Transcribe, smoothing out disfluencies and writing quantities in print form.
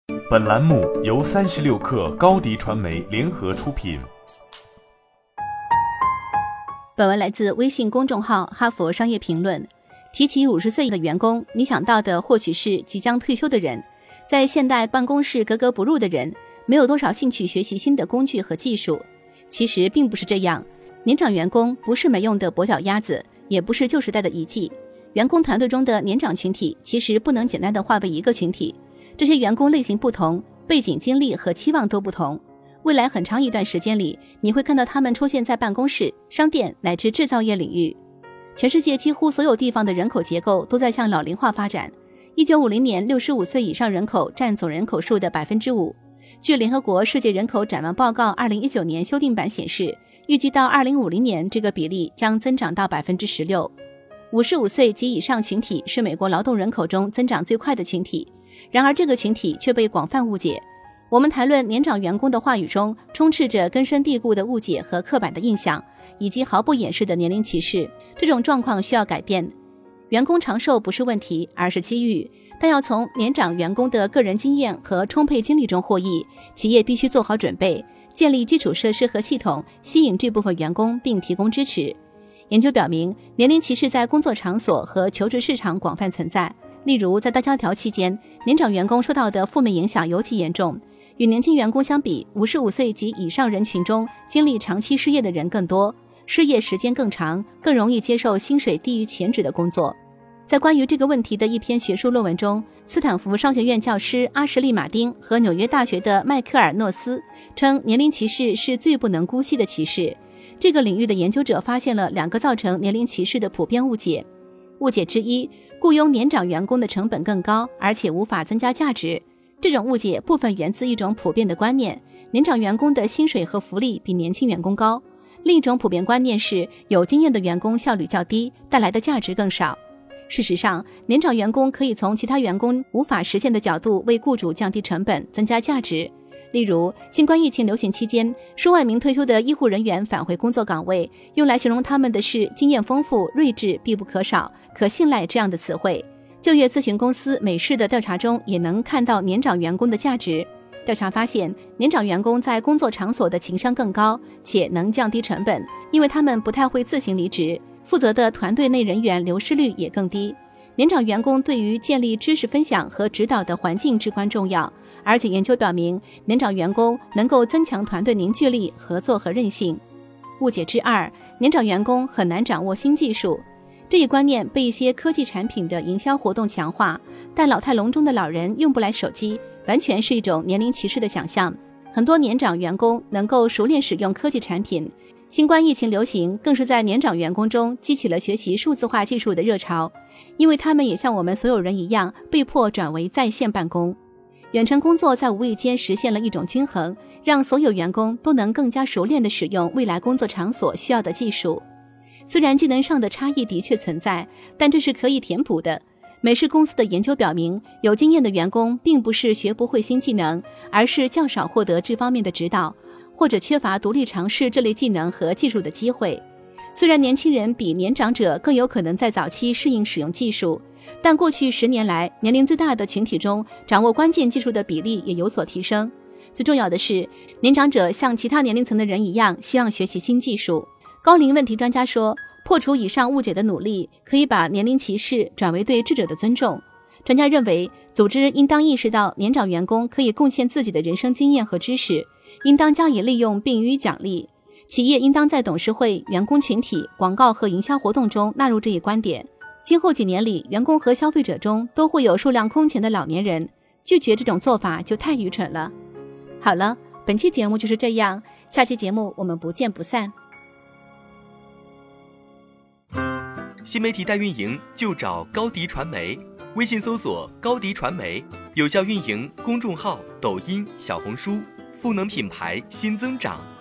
本栏目由36氪高迪传媒联合出品。 本文来自微信公众号哈佛商业评论。提起50岁的员工，你想到的或许是即将退休的人，在现代办公室格格不入的人，没有多少兴趣学习新的工具和技术。其实并不是这样，年长员工不是没用的跛脚鸭子，也不是旧时代的遗迹。员工团队中的年长群体其实不能简单的划为一个群体，这些员工类型不同，背景经历和期望都不同。未来很长一段时间里，你会看到他们出现在办公室、商店乃至制造业领域。全世界几乎所有地方的人口结构都在向老龄化发展。1950年65岁以上人口占总人口数的 5%。 据联合国世界人口展望报告2019年修订版显示，预计到2050年这个比例将增长到 16%。55岁及以上群体是美国劳动人口中增长最快的群体，然而这个群体却被广泛误解。我们谈论年长员工的话语中充斥着根深蒂固的误解和刻板的印象，以及毫不掩饰的年龄歧视。这种状况需要改变。员工长寿不是问题，而是机遇，但要从年长员工的个人经验和充沛精力中获益，企业必须做好准备，建立基础设施和系统，吸引这部分员工并提供支持。研究表明，年龄歧视在工作场所和求职市场广泛存在。例如，在大萧条期间，年长员工受到的负面影响尤其严重。与年轻员工相比，55岁及以上人群中经历长期失业的人更多，失业时间更长，更容易接受薪水低于前值的工作。在关于这个问题的一篇学术论文中，斯坦福商学院教师阿什利·马丁和纽约大学的迈克尔·诺斯称，年龄歧视是最不能姑息的歧视。这个领域的研究者发现了2个造成年龄歧视的普遍误解。误解之一，雇佣年长员工的成本更高，而且无法增加价值。这种误解部分源自一种普遍的观念，年长员工的薪水和福利比年轻员工高。另一种普遍观念是，有经验的员工效率较低，带来的价值更少。事实上，年长员工可以从其他员工无法实现的角度为雇主降低成本，增加价值。例如，新冠疫情流行期间，数万名退休的医护人员返回工作岗位，用来形容他们的是经验丰富、睿智、必不可少、可信赖这样的词汇。就业咨询公司美世的调查中也能看到年长员工的价值。调查发现，年长员工在工作场所的情商更高，且能降低成本，因为他们不太会自行离职，负责的团队内人员流失率也更低。年长员工对于建立知识分享和指导的环境至关重要，而且研究表明，年长员工能够增强团队凝聚力、合作和韧性。误解之2，年长员工很难掌握新技术。这一观念被一些科技产品的营销活动强化，但老态龙钟的老人用不来手机，完全是一种年龄歧视的想象。很多年长员工能够熟练使用科技产品，新冠疫情流行更是在年长员工中激起了学习数字化技术的热潮，因为他们也像我们所有人一样，被迫转为在线办公。远程工作在无意间实现了一种均衡，让所有员工都能更加熟练地使用未来工作场所需要的技术。虽然技能上的差异的确存在，但这是可以填补的。美世公司的研究表明，有经验的员工并不是学不会新技能，而是较少获得这方面的指导，或者缺乏独立尝试这类技能和技术的机会。虽然年轻人比年长者更有可能在早期适应使用技术，但过去10年来，年龄最大的群体中，掌握关键技术的比例也有所提升。最重要的是，年长者像其他年龄层的人一样，希望学习新技术。高龄问题专家说，破除以上误解的努力可以把年龄歧视转为对智者的尊重。专家认为，组织应当意识到年长员工可以贡献自己的人生经验和知识，应当加以利用并予以奖励。企业应当在董事会、员工群体、广告和营销活动中纳入这一观点。今后几年里，员工和消费者中都会有数量空前的老年人，拒绝这种做法就太愚蠢了。好了，本期节目就是这样，下期节目我们不见不散。 新媒体代运营就找高迪传媒，微信搜索高迪传媒，有效运营公众号、抖音、小红书，赋能品牌新增长。